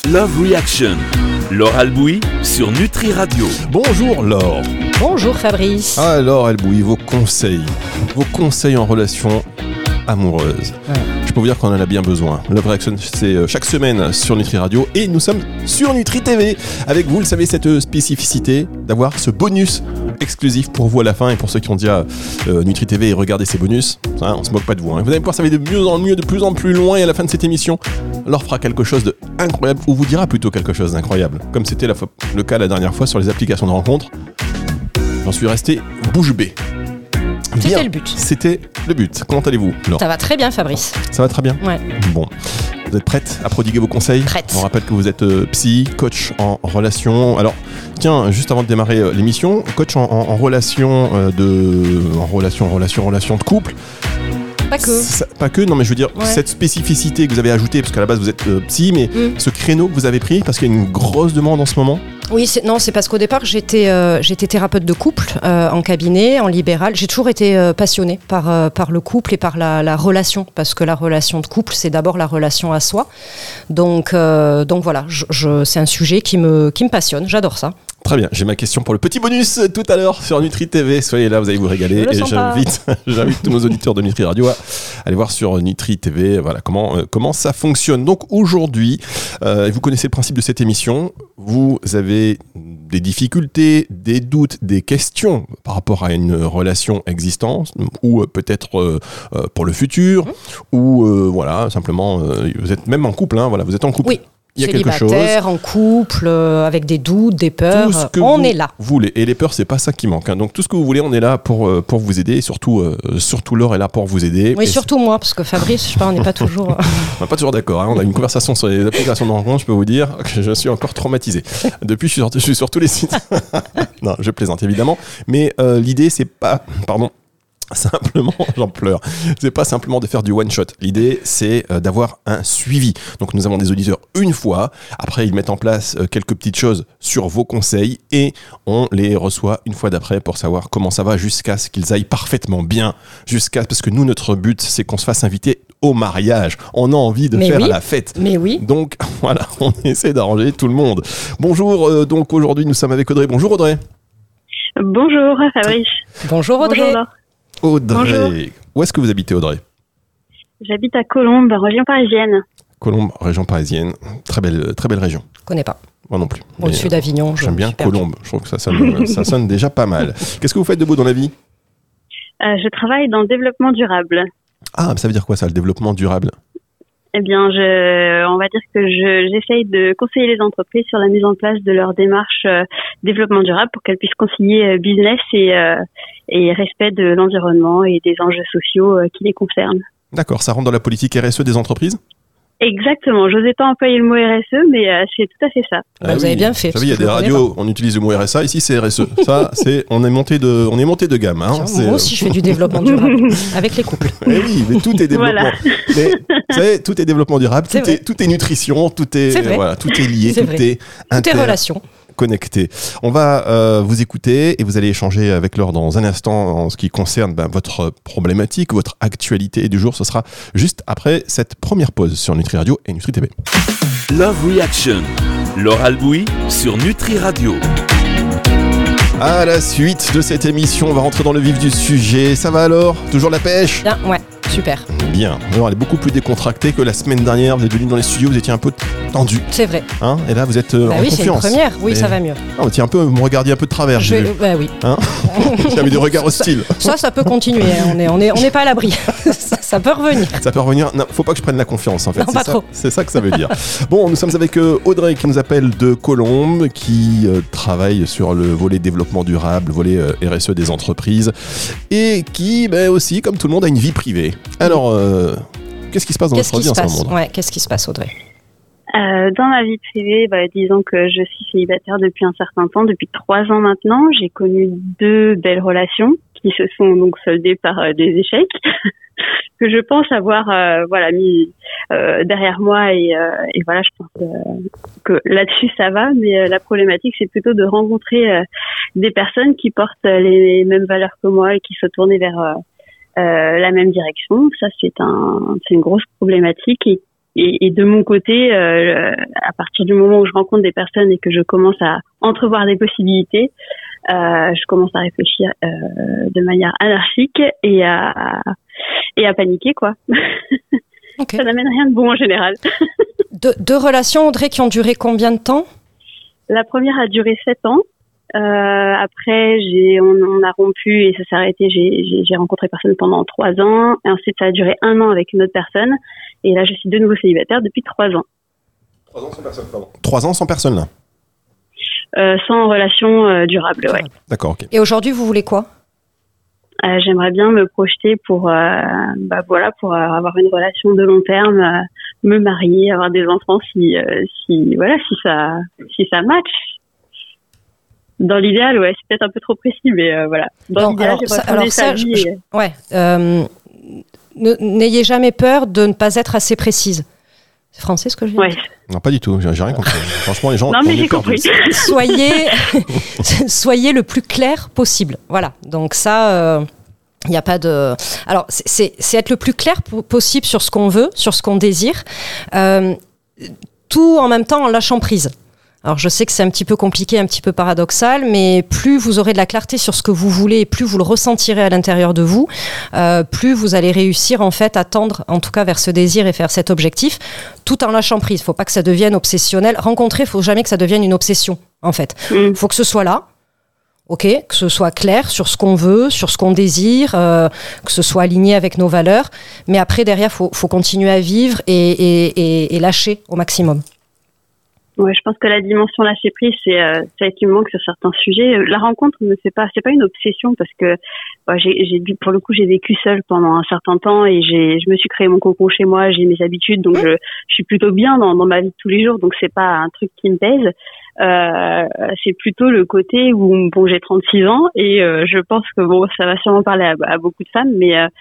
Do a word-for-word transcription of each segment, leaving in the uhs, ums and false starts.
Love Reaction. Laure Albouy sur Nutri Radio. Bonjour Laure. Bonjour Fabrice. Alors Albouy, vos conseils, vos conseils en relation amoureuse. Ouais. Je peux vous dire qu'on en a bien besoin. Love Reaction, c'est chaque semaine sur Nutri Radio et nous sommes sur Nutri T V. Avec vous, vous le savez, cette spécificité d'avoir ce bonus exclusif pour vous à la fin et pour ceux qui ont déjà euh, Nutri T V et regardé ces bonus, hein, on se moque pas de vous. Hein. Vous allez pouvoir savoir de mieux en mieux, de plus en plus loin et à la fin de cette émission, Laure fera quelque chose d'incroyable ou vous dira plutôt quelque chose d'incroyable, comme c'était la fois, le cas la dernière fois sur les applications de rencontres. J'en suis resté bouche bée. C'était Bien. le but. C'était le but. Comment allez-vous, Laure ? Ça va très bien, Fabrice. Ça va très bien ? Ouais. Bon. Vous êtes prête à prodiguer vos conseils ? Prête. On rappelle que vous êtes euh, psy, coach en relation. Alors, tiens, juste avant de démarrer euh, l'émission, coach en, en, en relation euh, de, en relation, en relation, relation de couple. Pas que. Ça, pas que, non mais je veux dire, ouais. Cette spécificité que vous avez ajoutée, parce qu'à la base vous êtes euh, psy, mais mm. ce créneau que vous avez pris, parce qu'il y a une grosse demande en ce moment. Oui, c'est, non, c'est parce qu'au départ j'étais, euh, j'étais thérapeute de couple euh, en cabinet, en libéral. J'ai toujours été euh, passionnée par, euh, par le couple et par la, la relation, parce que la relation de couple, c'est d'abord la relation à soi. Donc, euh, donc voilà, je, je, c'est un sujet qui me, qui me passionne, j'adore ça. Très bien, j'ai ma question pour le petit bonus tout à l'heure sur Nutri T V. Soyez là, vous allez vous régaler. Et j'invite, j'invite tous nos auditeurs de Nutri Radio à aller voir sur Nutri T V voilà, comment, euh, comment ça fonctionne. Donc aujourd'hui, euh, vous connaissez le principe de cette émission. Vous avez des difficultés, des doutes, des questions par rapport à une relation existante ou euh, peut-être euh, euh, pour le futur mmh. ou euh, voilà, simplement, euh, vous êtes même en couple. Hein, voilà, vous êtes en couple. Oui. Il y a quelque chose. Célibataire, en couple, euh, avec des doutes, des peurs, tout ce que on vous est là. Voulez. Et les peurs, c'est pas ça qui manque. Hein. Donc tout ce que vous voulez, on est là pour, euh, pour vous aider. Et surtout, euh, surtout Laure est là pour vous aider. Oui, et surtout c'est... moi, parce que Fabrice, je sais pas, on n'est pas toujours... on n'est pas toujours d'accord. Hein. On a une conversation sur les applications de rencontre, je peux vous dire que je suis encore traumatisé. Depuis, je suis sur, je suis sur tous les sites. Non, je plaisante évidemment. Mais euh, l'idée, c'est pas... Pardon. Simplement, j'en pleure. C'est pas simplement de faire du one shot. L'idée, c'est euh, d'avoir un suivi. Donc, nous avons des auditeurs une fois. Après, ils mettent en place euh, quelques petites choses sur vos conseils et on les reçoit une fois d'après pour savoir comment ça va jusqu'à ce qu'ils aillent parfaitement bien. Jusqu'à parce que nous, notre but, c'est qu'on se fasse inviter au mariage. On a envie de Mais faire oui. la fête. Mais oui. Donc, voilà, on essaie d'arranger tout le monde. Bonjour. Euh, donc, aujourd'hui, nous sommes avec Audrey. Bonjour, Audrey. Bonjour, Fabrice. Bonjour, Audrey. Bonjour, Audrey, Bonjour. Où est-ce que vous habitez, Audrey ? J'habite à Colombes, région parisienne. Colombes, région parisienne, très belle, très belle région. Je connais pas. Moi non plus. Au-dessus Mais, d'Avignon. J'aime bien Colombes. Je trouve que ça sonne, ça sonne déjà pas mal. Qu'est-ce que vous faites de beau dans la vie ? euh, Je travaille dans le développement durable. Ah, ça veut dire quoi ça, le développement durable ? Eh bien, je, on va dire que je, j'essaye de conseiller les entreprises sur la mise en place de leur démarche euh, développement durable pour qu'elles puissent concilier euh, business et, euh, et respect de l'environnement et des enjeux sociaux euh, qui les concernent. D'accord, ça rentre dans la politique R S E des entreprises ? Exactement, j'osais pas employer le mot R S E, mais euh, c'est tout à fait ça. Bah, ah vous oui. avez bien fait. Vous savez, il y a des radios, on utilise le mot R S A, ici c'est R S E. Ça, c'est, on est monté de, on est monté de gamme. Hein. Tiens, c'est, moi aussi, je fais du développement durable avec les couples. Eh oui, mais tout est développement. Voilà. Mais, vous savez, tout est développement durable, C'est tout vrai. est, tout est nutrition, tout est, C'est vrai. voilà, tout est lié, C'est tout vrai. est inter- Tout est relation. connecté. On va euh, vous écouter et vous allez échanger avec Laure dans un instant en ce qui concerne ben, votre problématique, votre actualité du jour. Ce sera juste après cette première pause sur Nutri Radio et Nutri T V. Love Reaction. Laure Albouy sur Nutri Radio. À la suite de cette émission, on va rentrer dans le vif du sujet. Ça va alors ? Toujours la pêche ? Bien, ouais, super. Bien. Alors, elle est beaucoup plus décontractée que la semaine dernière. Vous êtes venu dans les studios, vous étiez un peu tendu. C'est vrai. Hein ? Et là, vous êtes euh, Bah en oui, c'est une confiance. première. Oui, Mais- ça va mieux. Ah, vous étiez un peu, vous me regardiez un peu de travers. Je... j'ai vu. Bah oui. Hein ? J'avais des regards hostiles. Ça, ça peut continuer. hein. On n'est on est, on est pas à l'abri. ça, ça peut revenir. Ça peut revenir. Non, faut pas que je prenne la confiance en fait. Non, c'est pas ça, trop. C'est ça que ça veut dire. Bon, nous sommes avec euh, Audrey qui nous appelle de Colombes, qui euh, travaille sur le volet développement durable, volet euh, R S E des entreprises, et qui, ben, aussi, comme tout le monde, a une vie privée. Alors, euh, qu'est-ce qui se passe dans Qu'est-ce votre qui vie se en ce passe moment ? Ouais, qu'est-ce qui se passe, Audrey ? Euh, dans ma vie privée, bah, disons que je suis célibataire depuis un certain temps, depuis trois ans maintenant. J'ai connu deux belles relations qui se sont donc soldées par euh, des échecs que je pense avoir euh, voilà mis euh, derrière moi et, euh, et voilà, je pense euh, que là-dessus ça va, mais euh, la problématique c'est plutôt de rencontrer euh, des personnes qui portent les mêmes valeurs que moi et qui se tournent vers euh, euh, la même direction. Ça c'est un c'est une grosse problématique et et, et de mon côté, euh, à partir du moment où je rencontre des personnes et que je commence à entrevoir des possibilités, euh, je commence à réfléchir euh, de manière anarchique et à et à paniquer, quoi. Okay. Ça n'amène rien de bon en général. De, deux relations, Audrey, qui ont duré combien de temps ? La première a duré sept ans. Euh, après, j'ai, on, on a rompu et ça s'est arrêté. J'ai, j'ai, j'ai rencontré personne pendant trois ans. Et ensuite, ça a duré un an avec une autre personne. Et là, je suis de nouveau célibataire depuis trois ans. Trois ans sans personne, pardon. Trois ans sans personne, là euh, Sans relation euh, durable, ouais. D'accord, ok. Et aujourd'hui, vous voulez quoi ? Euh, j'aimerais bien me projeter pour, euh, bah voilà, pour euh, avoir une relation de long terme, euh, me marier, avoir des enfants si, euh, si, voilà, si ça, si ça match. Dans l'idéal, ouais, c'est peut-être un peu trop précis, mais euh, voilà. Dans non, l'idéal, alors, j'aimerais ça, alors fonder ça, sa vie. je, Et... je, ouais. Euh, ne, n'ayez jamais peur de ne pas être assez précise. C'est français ce que je dis ? Ouais. Non, pas du tout. J'ai, j'ai rien compris. Franchement, les gens. Non, mais j'ai compris. Soyez, soyez le plus clair possible. Voilà. Donc ça. Euh, Il n'y a pas de. Alors, c'est, c'est, c'est être le plus clair po- possible sur ce qu'on veut, sur ce qu'on désire, euh, tout en même temps en lâchant prise. Alors, je sais que c'est un petit peu compliqué, un petit peu paradoxal, mais plus vous aurez de la clarté sur ce que vous voulez, plus vous le ressentirez à l'intérieur de vous, euh, plus vous allez réussir en fait à tendre, en tout cas, vers ce désir et vers cet objectif, tout en lâchant prise. Il ne faut pas que ça devienne obsessionnel. Rencontrer, il ne faut jamais que ça devienne une obsession, en fait. Il mmh. faut que ce soit là. Ok, que ce soit clair sur ce qu'on veut, sur ce qu'on désire, euh, que ce soit aligné avec nos valeurs. Mais après, derrière, faut, faut continuer à vivre et, et, et, et lâcher au maximum. Ouais, je pense que la dimension lâcher prise, c'est euh, c'est qui me manque sur certains sujets. La rencontre, ne c'est pas, c'est pas une obsession parce que bah, j'ai, j'ai dû, pour le coup, j'ai vécu seule pendant un certain temps et j'ai, je me suis créé mon cocon chez moi, j'ai mes habitudes, donc je, je suis plutôt bien dans, dans ma vie de tous les jours, donc c'est pas un truc qui me pèse. Euh, c'est plutôt le côté où bon j'ai trente-six ans et euh, je pense que bon ça va sûrement parler à, à beaucoup de femmes, mais euh,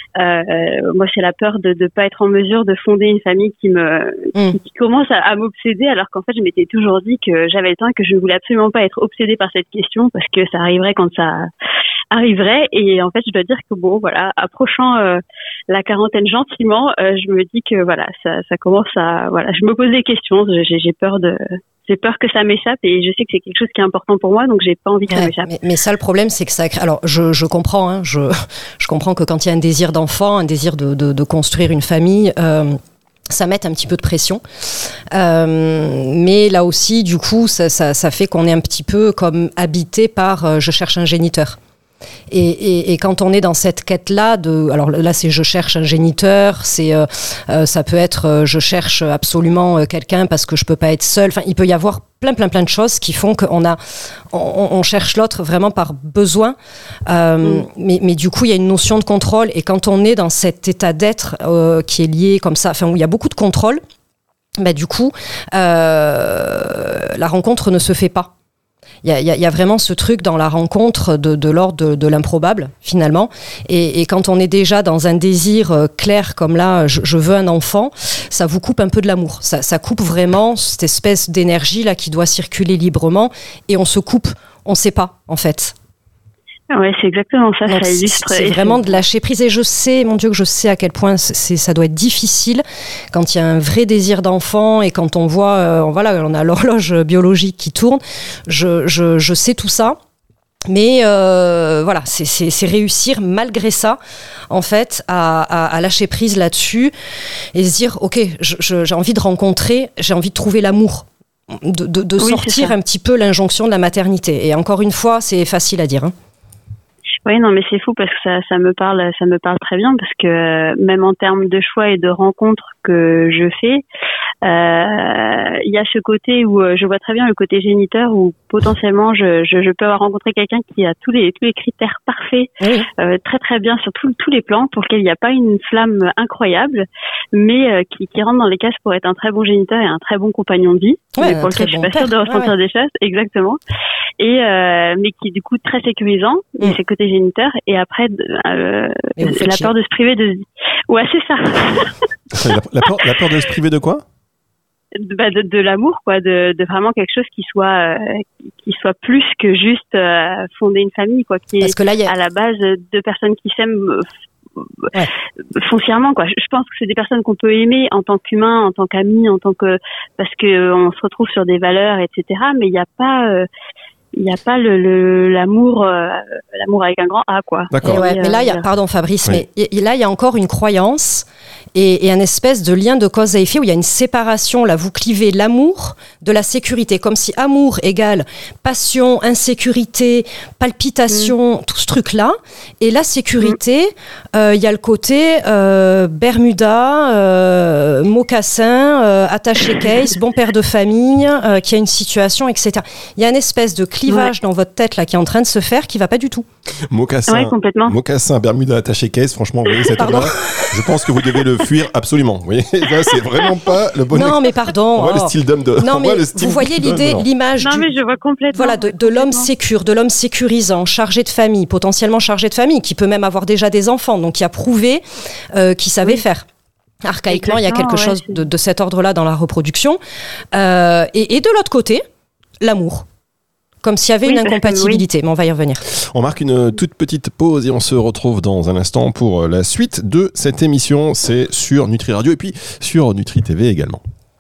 euh, moi c'est la peur de ne pas être en mesure de fonder une famille qui me mmh. qui, qui commence à, à m'obséder, alors qu'en fait je m'étais toujours dit que j'avais le temps et que je ne voulais absolument pas être obsédée par cette question parce que ça arriverait quand ça arriverait. Et en fait je dois dire que bon voilà, approchant euh, la quarantaine gentiment, euh, je me dis que voilà ça ça commence à voilà je me pose des questions, j'ai, j'ai peur de J'ai peur que ça m'échappe et je sais que c'est quelque chose qui est important pour moi, donc j'ai pas envie que ouais, ça m'échappe. Mais, mais ça, le problème, c'est que ça crée... Alors, je, je comprends, hein, je, je comprends que quand il y a un désir d'enfant, un désir de, de, de construire une famille, euh, ça met un petit peu de pression. Euh, mais là aussi, du coup, ça, ça, ça fait qu'on est un petit peu comme habité par euh, « je cherche un géniteur ». Et, et, et quand on est dans cette quête-là, de, alors là c'est je cherche un géniteur, c'est euh, euh, ça peut être euh, je cherche absolument euh, quelqu'un parce que je peux pas être seule. Enfin, il peut y avoir plein plein plein de choses qui font qu'on a, on, on cherche l'autre vraiment par besoin. Euh, mmh. mais, mais du coup, il y a une notion de contrôle. Et quand on est dans cet état d'être euh, qui est lié comme ça, enfin où il y a beaucoup de contrôle, bah du coup, euh, la rencontre ne se fait pas. Il y, a, il y a vraiment ce truc dans la rencontre de, de l'ordre de, de l'improbable, finalement. Et, et quand on est déjà dans un désir clair, comme là, je, je veux un enfant, ça vous coupe un peu de l'amour. Ça, ça coupe vraiment cette espèce d'énergie là qui doit circuler librement. Et on se coupe, on ne sait pas, en fait. Ouais, c'est exactement ça. Donc, ça illustre. C'est, c'est vraiment de lâcher prise. Et je sais, mon Dieu, que je sais à quel point c'est, ça doit être difficile quand il y a un vrai désir d'enfant et quand on voit, euh, voilà, on a l'horloge biologique qui tourne. Je, je, je sais tout ça. Mais euh, voilà, c'est, c'est, c'est réussir malgré ça, en fait, à, à, à lâcher prise là-dessus et se dire, ok, je, je, j'ai envie de rencontrer, j'ai envie de trouver l'amour. De, de, de oui, sortir un petit peu l'injonction de la maternité. Et encore une fois, c'est facile à dire, hein. Oui, non, mais c'est fou parce que ça, ça me parle, ça me parle très bien parce que même en termes de choix et de rencontres que je fais, euh, il y a ce côté où je vois très bien le côté géniteur où potentiellement je, je, je peux avoir rencontré quelqu'un qui a tous les tous les critères parfaits, oui. euh, très très bien sur tout, tous les plans, pour lequel il n'y a pas une flamme incroyable, mais euh, qui, qui rentre dans les cases pour être un très bon géniteur et un très bon compagnon de vie, ouais, mais pour lequel je suis bon pas sûre de ressentir ouais. des choses, exactement. Et euh, mais qui est du coup très sécurisant, mm. et c'est côté géniteur. Et après, euh, c'est la peur de se priver de. Ouais, c'est ça. la, la, peur, la peur de se priver de quoi? Bah de, de l'amour, quoi, de, de vraiment quelque chose qui soit, euh, qui soit plus que juste euh, fonder une famille, quoi, qui est Parce que là, y a... à la base deux personnes qui s'aiment ouais. foncièrement, quoi. Je pense que c'est des personnes qu'on peut aimer en tant qu'humain, en tant qu'amis, en tant que parce que on se retrouve sur des valeurs, et cetera. Mais il n'y a pas euh, il n'y a pas le, le l'amour euh, l'amour avec un grand A, quoi. D'accord. Ouais, mais là il y a pardon Fabrice, oui. mais y, là il y a encore une croyance et, et un espèce de lien de cause à effet où il y a une séparation. Là, vous clivez l'amour de la sécurité, comme si amour égale passion, insécurité, palpitation, mmh. tout ce truc-là. Et la sécurité, il mmh. euh, y a le côté euh, Bermuda, euh, mocassin, euh, attaché case, bon père de famille, euh, qui a une situation, et cetera. Il y a une espèce de clivage ouais. dans votre tête là qui est en train de se faire, qui va pas du tout. Mocassin, ouais, complètement. Mocassin, Bermuda, attaché case. Franchement, vous voyez cette là je pense que vous devez le fuir absolument. Vous voyez, là, c'est vraiment pas le bon. Non, mais pardon. On voit oh. le style d'homme de. Non, mais vous voyez l'idée, l'image. Non, du, mais je vois complètement. Voilà, de, de l'homme sécure, de l'homme sécurisant, chargé de famille, potentiellement chargé de famille, qui peut même avoir déjà des enfants, donc qui a prouvé euh, qu'il savait oui. faire. Archaïquement, il y a quelque ouais, chose de, de cet ordre-là dans la reproduction. Euh, et, et de l'autre côté, l'amour. Comme s'il y avait oui, une incompatibilité, oui. mais on va y revenir. On marque une toute petite pause et on se retrouve dans un instant pour la suite de cette émission. C'est sur Nutri Radio et puis sur Nutri T V également.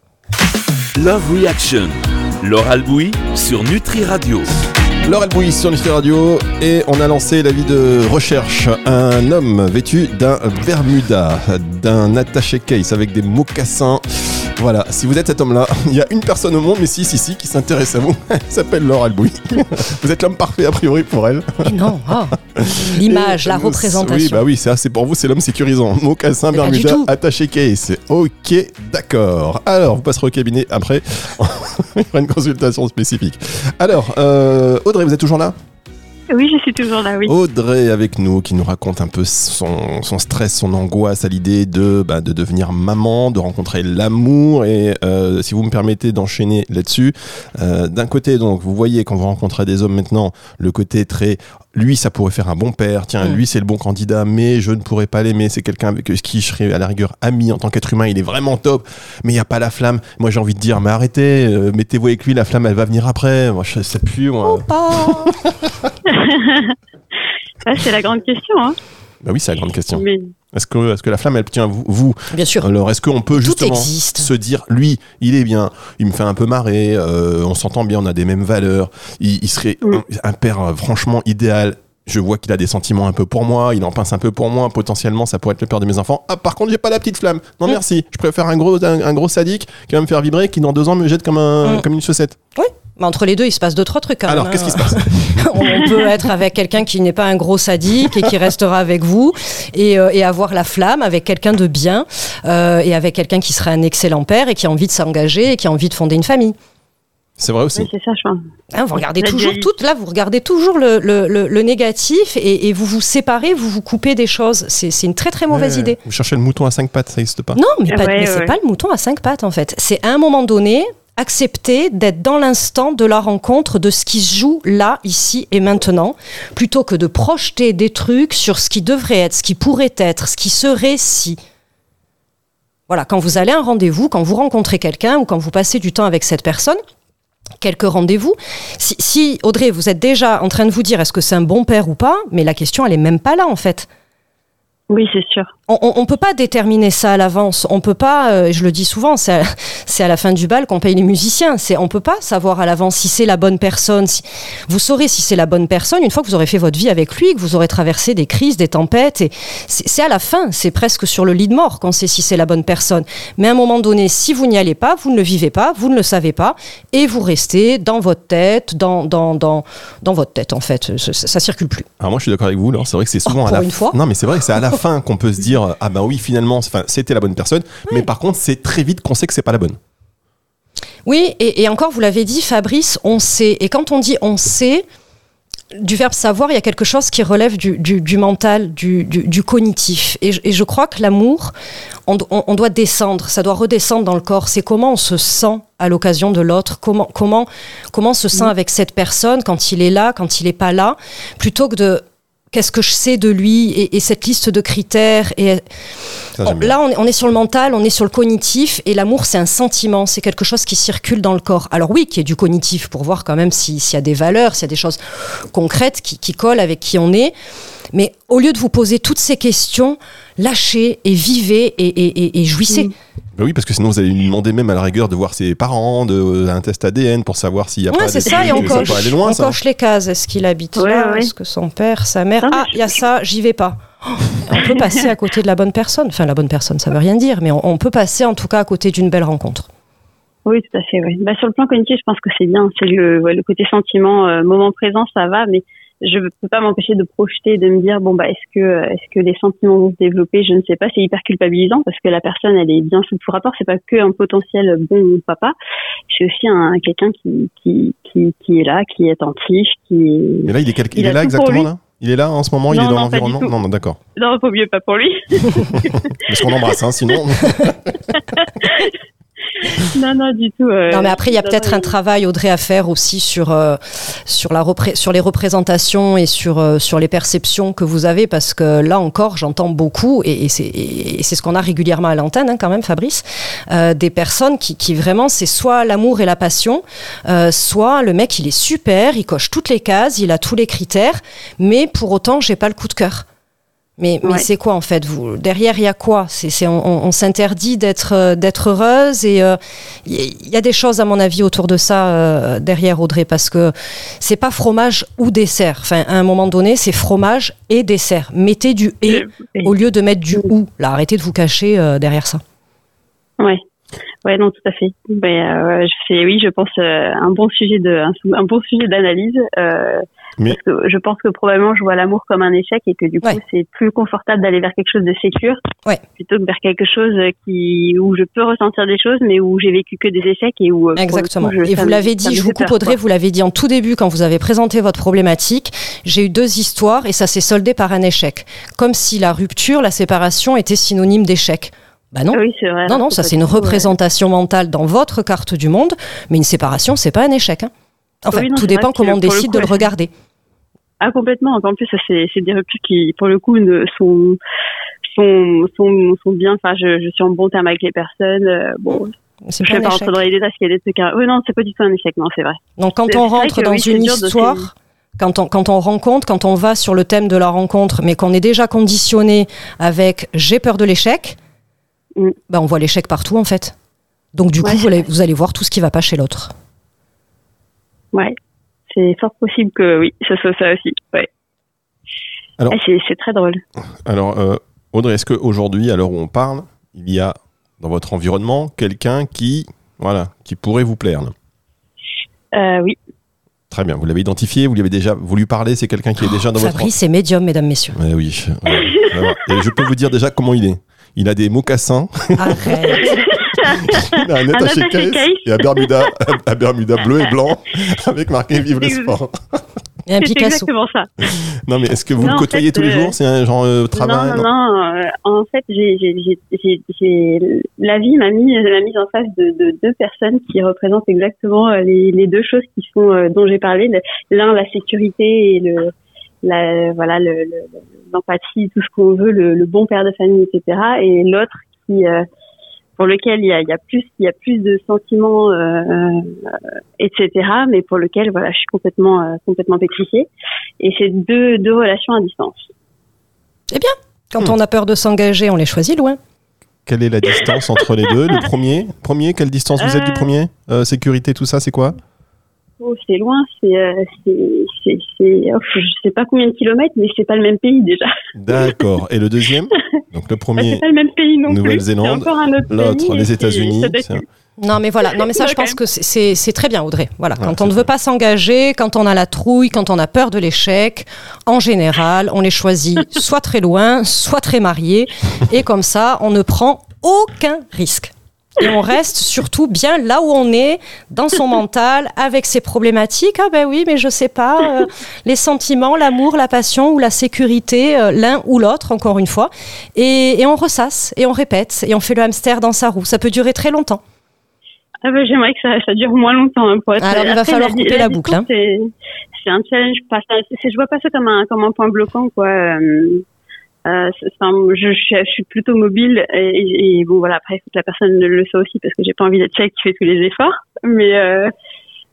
Love Reaction, Laure Albouy sur Nutri Radio. Laure Albouy sur Nutri Radio et on a lancé l'avis de recherche. Un homme vêtu d'un Bermuda, d'un attaché case avec des mocassins. Voilà, si vous êtes cet homme-là, il y a une personne au monde, mais si, si, si, qui s'intéresse à vous. Elle s'appelle Laure Albouy. Vous êtes l'homme parfait, a priori, pour elle. Mais non, oh. L'image, et, la représentation. Oui, bah oui, c'est, c'est pour vous, c'est l'homme sécurisant. Mocassin, Bermuda, attaché case. Ok, d'accord. Alors, vous passerez au cabinet après. On fera une consultation spécifique. Alors, euh, Audrey, vous êtes toujours là ? Oui, je suis toujours là, oui. Audrey avec nous, qui nous raconte un peu son, son stress, son angoisse à l'idée de, bah, de devenir maman, de rencontrer l'amour. Et euh, si vous me permettez d'enchaîner là-dessus, euh, d'un côté, donc, vous voyez quand vous rencontrez des hommes maintenant, le côté très... Lui, ça pourrait faire un bon père. Tiens, mmh. lui, c'est le bon candidat, mais je ne pourrais pas l'aimer. C'est quelqu'un avec qui je serais à la rigueur ami en tant qu'être humain. Il est vraiment top, mais il n'y a pas la flamme. Moi, j'ai envie de dire, mais arrêtez, euh, mettez-vous avec lui. La flamme, elle va venir après. Moi, je sais plus. Moi. Oh, pas. Ouais, c'est la grande question. Hein. Bah oui, c'est la grande question. Mais... Est-ce que, est-ce que la flamme, elle tient vous, vous Bien sûr. Alors, est-ce qu'on peut justement existe. se dire, lui, il est bien, il me fait un peu marrer, euh, on s'entend bien, on a des mêmes valeurs, il, il serait mmh. un, un père euh, franchement idéal. Je vois qu'il a des sentiments un peu pour moi, il en pince un peu pour moi, potentiellement ça pourrait être le père de mes enfants. Ah, par contre, j'ai pas la petite flamme. Non, mmh. merci. Je préfère un gros, un, un gros sadique qui va me faire vibrer, qui dans deux ans me jette comme, un, mmh. comme une chaussette. Oui. Mais entre les deux, il se passe deux, trois trucs quand Alors, même. qu'est-ce qui se passe ? On peut être avec quelqu'un qui n'est pas un gros sadique et qui restera avec vous et, euh, et avoir la flamme avec quelqu'un de bien euh, et avec quelqu'un qui serait un excellent père et qui a envie de s'engager et qui a envie de fonder une famille. C'est vrai aussi. Oui, c'est ça, je pense. Hein, vous regardez toujours tout, là, vous regardez toujours le, le, le, le négatif et, et vous vous séparez, vous vous coupez des choses. C'est, c'est une très très mauvaise ouais, idée. Vous cherchez le mouton à cinq pattes, ça n'existe pas. Non, mais, pas, ouais, mais c'est ouais. pas le mouton à cinq pattes en fait. C'est à un moment donné accepter d'être dans l'instant de la rencontre, de ce qui se joue là, ici et maintenant, plutôt que de projeter des trucs sur ce qui devrait être, ce qui pourrait être, ce qui serait si. Voilà, quand vous allez à un rendez-vous, quand vous rencontrez quelqu'un ou quand vous passez du temps avec cette personne, quelques rendez-vous, si, si Audrey, vous êtes déjà en train de vous dire est-ce que c'est un bon père ou pas, mais la question elle est même pas là en fait. Oui, c'est sûr. On ne peut pas déterminer ça à l'avance. On peut pas, euh, je le dis souvent, c'est à, c'est à la fin du bal qu'on paye les musiciens. C'est, on peut pas savoir à l'avance si c'est la bonne personne. Si, vous saurez si c'est la bonne personne une fois que vous aurez fait votre vie avec lui, que vous aurez traversé des crises, des tempêtes. Et c'est, c'est à la fin, c'est presque sur le lit de mort qu'on sait si c'est la bonne personne. Mais à un moment donné, si vous n'y allez pas, vous ne le vivez pas, vous ne le savez pas, et vous restez dans votre tête, dans, dans, dans, dans votre tête en fait. Ça, ça circule plus. Alors moi je suis d'accord avec vous, là. C'est vrai que c'est souvent oh, à la une fois. Non mais c'est vrai que c'est à la fin qu'on peut se dire ah ben oui finalement c'était la bonne personne, oui. Mais par contre c'est très vite qu'on sait que c'est pas la bonne. Oui, et, et encore vous l'avez dit Fabrice, on sait, et quand on dit on sait, du verbe savoir, il y a quelque chose qui relève du, du, du mental, du, du, du cognitif, et, et je crois que l'amour, on, on, on doit descendre, ça doit redescendre dans le corps, c'est comment on se sent à l'occasion de l'autre, comment, comment, comment on se sent mmh. avec cette personne quand il est là, quand il est pas là, plutôt que de qu'est-ce que je sais de lui et, et cette liste de critères. Et ça, on, là, on est, on est sur le mental, on est sur le cognitif, et l'amour, c'est un sentiment, c'est quelque chose qui circule dans le corps. Alors oui, qui est du cognitif pour voir quand même si, s'il y a des valeurs, s'il y a des choses concrètes qui, qui collent avec qui on est. Mais au lieu de vous poser toutes ces questions, lâchez et vivez et, et, et, et jouissez. Mmh. Ben oui, parce que sinon vous allez lui demander même à la rigueur de voir ses parents, de, un test A D N pour savoir s'il y a ouais, pas c'est des ça, et on, ça coche, peut aller loin, on ça. coche les cases. Est-ce qu'il habite ouais, là ouais. Est-ce que son père, sa mère... Non, Ah, il y a ça, j'y vais pas. Oh, on peut passer à côté de la bonne personne. Enfin, la bonne personne, ça veut rien dire, mais on, on peut passer en tout cas à côté d'une belle rencontre. Oui, tout à fait. Ouais. Bah, sur le plan cognitif, je pense que c'est bien. C'est le, ouais, le côté sentiment, euh, moment présent, ça va, mais je peux pas m'empêcher de projeter et de me dire bon bah est-ce que est-ce que les sentiments vont se développer, je ne sais pas, c'est hyper culpabilisant parce que la personne elle est bien sous tout rapport, c'est pas que un potentiel bon papa, c'est aussi un quelqu'un qui qui qui qui est là, qui est attentif, qui est... Mais là il est quel... il, il est là exactement là. Il est là en ce moment, non, il est dans non, l'environnement. Non, non, d'accord. Non, faut mieux pas pour lui. Parce qu'on embrasse, hein, sinon. non, non, du tout. Euh, non, mais après, il y a non, peut-être non, un travail, Audrey, à faire aussi sur, euh, sur, la repré- sur les représentations et sur, euh, sur les perceptions que vous avez, parce que là encore, j'entends beaucoup, et, et, c'est, et c'est ce qu'on a régulièrement à l'antenne, hein, quand même, Fabrice, euh, des personnes qui, qui vraiment, c'est soit l'amour et la passion, euh, soit le mec, il est super, il coche toutes les cases, il a tous les critères, mais pour autant, j'ai pas le coup de cœur. Mais, mais ouais. c'est quoi en fait vous, derrière, il y a quoi c'est, c'est, on, on s'interdit d'être, euh, d'être heureuse et il euh, y, y a des choses à mon avis autour de ça euh, derrière, Audrey, parce que c'est pas fromage ou dessert. Enfin, à un moment donné, c'est fromage et dessert. Mettez du « et » au lieu de mettre du « ou ». Là, arrêtez de vous cacher euh, derrière ça. Ouais. Ouais, non, tout à fait. Ben, euh, c'est, oui, je pense euh, un bon sujet de, un, un bon sujet d'analyse. Euh, Mais... Parce que je pense que probablement je vois l'amour comme un échec et que du coup ouais. c'est plus confortable d'aller vers quelque chose de sécure ouais. plutôt que vers quelque chose qui où je peux ressentir des choses mais où j'ai vécu que des échecs et où exactement. Coup, je, et vous me, l'avez dit, je vous coupe, peur, Audrey, quoi. vous l'avez dit en tout début quand vous avez présenté votre problématique. J'ai eu deux histoires et ça s'est soldé par un échec, comme si la rupture, la séparation était synonyme d'échec. Bah non, oui, c'est vrai, non, non, ça c'est une représentation ouais. mentale dans votre carte du monde, mais une séparation, c'est pas un échec. Hein. Enfin, oui, non, tout dépend comment on décide coup, de le regarder. Ah, complètement. En plus, c'est, c'est des ruptures qui, pour le coup, ne sont, sont, sont, sont bien. Enfin, je, je suis en bon terme avec les personnes. Euh, bon, c'est je ne vais pas rentrer dans les détails parce qu'il y a des trucs. À... Oui, non, c'est pas du tout un échec, non, c'est vrai. Donc, quand c'est on rentre dans oui, une histoire. Quand on, quand on rencontre, quand on va sur le thème de la rencontre, mais qu'on est déjà conditionné avec « j'ai peur de l'échec », mm. ben on voit l'échec partout, en fait. Donc, du ouais, coup, vous allez, vous allez voir tout ce qui ne va pas chez l'autre. Ouais, c'est fort possible que oui, ce soit ça aussi. Ouais. Alors, ah, c'est, c'est très drôle. Alors, euh, Audrey, est-ce qu'aujourd'hui, à l'heure où on parle, il y a dans votre environnement quelqu'un qui, voilà, qui pourrait vous plaire là ? euh, Oui. Très bien, vous l'avez identifié, vous lui avez déjà voulu parler, c'est quelqu'un qui est déjà dans oh, votre... Fabrice, c'est médium, mesdames, messieurs. Ouais, oui, ouais, et je peux vous dire déjà comment il est. Il a des mocassins. Arrête. Il a un attaché case et un Bermuda, un Bermuda bleu et blanc avec marqué « Vive le sport ». Et un c'est Picasso. exactement ça. Non, mais est-ce que vous non, le côtoyez en fait, tous les jours ? C'est un genre euh, travail ? Non, non, non. Euh, en fait, j'ai, j'ai, j'ai, j'ai, j'ai, la vie m'a mis, m'a mise en face de, de deux personnes qui représentent exactement les, les deux choses qui sont euh, dont j'ai parlé. L'un, la sécurité et le, la, voilà, le, le, l'empathie, tout ce qu'on veut, le, le bon père de famille, et cetera. Et l'autre qui euh, pour lequel il y a, il y a plus, il y a plus de sentiments, euh, euh, et cetera. Mais pour lequel, voilà, je suis complètement, euh, complètement pétrifiée. Et c'est deux, deux relations à distance. Eh bien, quand hmm. on a peur de s'engager, on les choisit loin. Quelle est la distance entre les deux ? Le premier, premier, quelle distance vous euh... êtes du premier ? euh, Sécurité, tout ça, c'est quoi ? Oh, c'est loin, c'est, euh, c'est, c'est, c'est oh, je sais pas combien de kilomètres, mais c'est pas le même pays déjà. D'accord. Et le deuxième ? Donc le premier, c'est pas le même pays non Nouvelle-Zélande, plus. C'est encore un autre l'autre, pays, les États-Unis. C'est un... Non, mais voilà. Non, mais ça, je pense que c'est, c'est, c'est très bien, Audrey. Voilà. Ouais, quand on ne veut pas s'engager, quand on a la trouille, quand on a peur de l'échec, en général, on les choisit soit très loin, soit très mariés, et comme ça, on ne prend aucun risque. Et on reste surtout bien là où on est, dans son mental, avec ses problématiques. Ah ben oui, mais je sais pas, euh, les sentiments, l'amour, la passion ou la sécurité, euh, l'un ou l'autre, encore une fois. Et, et on ressasse, et on répète, et on fait le hamster dans sa roue. Ça peut durer très longtemps. Ah ben, j'aimerais que ça, ça dure moins longtemps. Hein, pour être... Alors, il va Après, falloir la, couper la, la la boucle. Hein. C'est, c'est un challenge. Pas, c'est, je vois pas ça comme un, comme un point bloquant, quoi. Euh, Euh, enfin, je, je, je suis plutôt mobile et, et, et bon voilà, après il faut que la personne le soit aussi parce que j'ai pas envie d'être celle qui fait tous les efforts, mais euh,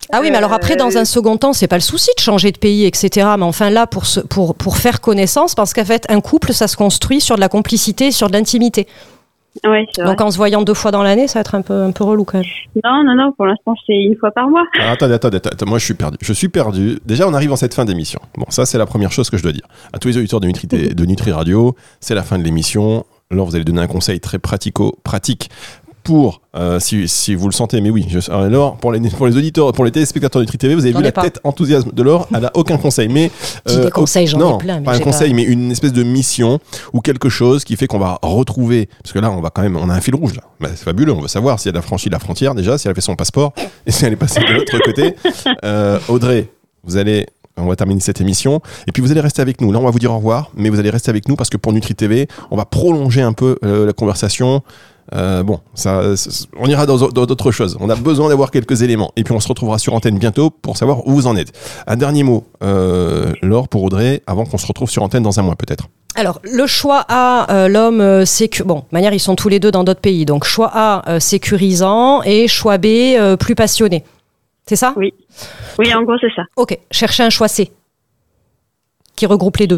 Ah oui, mais alors après, dans un second temps, c'est pas le souci de changer de pays, et cetera. Mais enfin là, pour, se, pour, pour faire connaissance, parce qu'en fait, un couple, ça se construit sur de la complicité, sur de l'intimité. Oui, c'est vrai. Donc en se voyant deux fois dans l'année, ça va être un peu, un peu relou quand même. Non, non, non, pour l'instant, c'est une fois par mois. Alors, attendez, attendez, attendez, moi je suis perdu. Je suis perdu. Déjà, on arrive en cette fin d'émission. Bon, ça, c'est la première chose que je dois dire. À tous les auditeurs de Nutri, de Nutri Radio, c'est la fin de l'émission. Alors, vous allez donner un conseil très pratico-pratique pour, euh, si, si vous le sentez, mais oui, je, alors pour les, pour les auditeurs, pour les téléspectateurs de Nutri T V, vous avez J'en vu ai la pas. tête enthousiasme de Laure, elle a aucun conseil, mais Dis des conseils, j'en ai non, plein, mais pas un j'ai conseil, pas- mais une espèce de mission ou quelque chose qui fait qu'on va retrouver, parce que là, on va quand même, on a un fil rouge là, bah, c'est fabuleux, on veut savoir si elle a franchi la frontière déjà, si elle a fait son passeport et si elle est passée de l'autre côté. Euh, Audrey, vous allez on va terminer cette émission et puis vous allez rester avec nous. Là, on va vous dire au revoir, mais vous allez rester avec nous parce que pour Nutri T V, on va prolonger un peu euh, la conversation. Euh, bon, ça, ça, on ira dans, dans d'autres choses. On a besoin d'avoir quelques éléments et puis on se retrouvera sur antenne bientôt pour savoir où vous en êtes. Un dernier mot, euh, Laure, pour Audrey, avant qu'on se retrouve sur antenne dans un mois peut-être. Alors, le choix A, euh, l'homme euh, sécu... Bon, de manière, ils sont tous les deux dans d'autres pays. Donc, choix A, euh, sécurisant et choix B, euh, plus passionné. C'est ça ? Oui. Oui, en gros, c'est ça. Ok, cherchez un choix C qui regroupe les deux.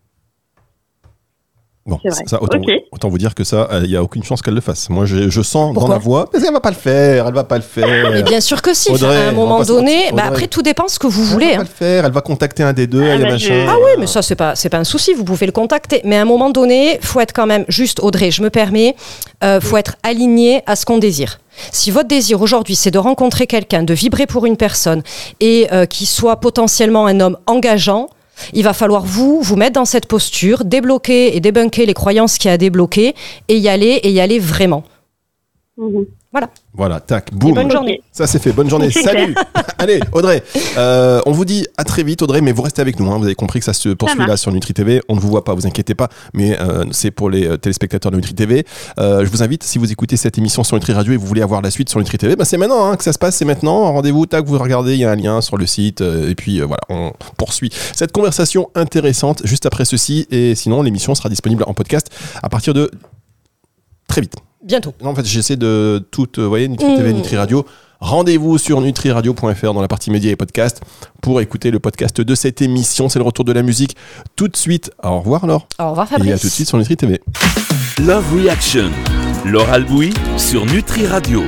Bon, C'est vrai. ça, autant, Ok. autant vous dire que ça, il n'y a aucune chance qu'elle le fasse. Moi, je, je sens Pourquoi dans la voix, mais elle va pas le faire, elle va pas le faire. Mais bien sûr que si, Audrey, à un on moment va pas se donné, mentir. bah Audrey. après tout dépend ce que vous Elle voulez. va hein. pas le faire, elle va contacter un des deux, Ah, il y a bah, machin. je- Ah oui, mais ça c'est pas c'est pas un souci, vous pouvez le contacter. Mais à un moment donné, faut être quand même juste, Audrey, je me permets, euh, faut être aligné à ce qu'on désire. Si votre désir aujourd'hui c'est de rencontrer quelqu'un, de vibrer pour une personne et euh, qui soit potentiellement un homme engageant, il va falloir vous vous mettre dans cette posture, débloquer et débunker les croyances qu'il y a à débloquer et y aller et y aller vraiment. Mhm. Voilà. Voilà, tac, Et boum. bonne journée. Ça c'est fait, bonne journée, C'est salut. Allez, Audrey, euh, on vous dit à très vite, Audrey, mais vous restez avec nous. Hein. Vous avez compris que ça se poursuit marche. là sur Nutri T V. On ne vous voit pas, vous inquiétez pas, mais euh, c'est pour les euh, téléspectateurs de Nutri T V. Euh, je vous invite, si vous écoutez cette émission sur Nutri Radio et vous voulez avoir la suite sur Nutri T V, bah, c'est maintenant hein, que ça se passe, c'est maintenant. Rendez-vous, tac, vous regardez, il y a un lien sur le site, euh, et puis euh, voilà, on poursuit cette conversation intéressante juste après ceci. Et sinon, l'émission sera disponible en podcast à partir de très vite. Bientôt. Non, en fait, j'essaie de tout, euh, vous voyez, Nutri T V, Mmh. Nutri Radio. Rendez-vous sur nutri radio point f r dans la partie médias et podcasts pour écouter le podcast de cette émission. C'est le retour de la musique tout de suite. Au revoir, Laure. Au revoir Et Fabrice. à tout de suite sur Nutri T V. Love Reaction. Laure Albouy sur Nutri Radio.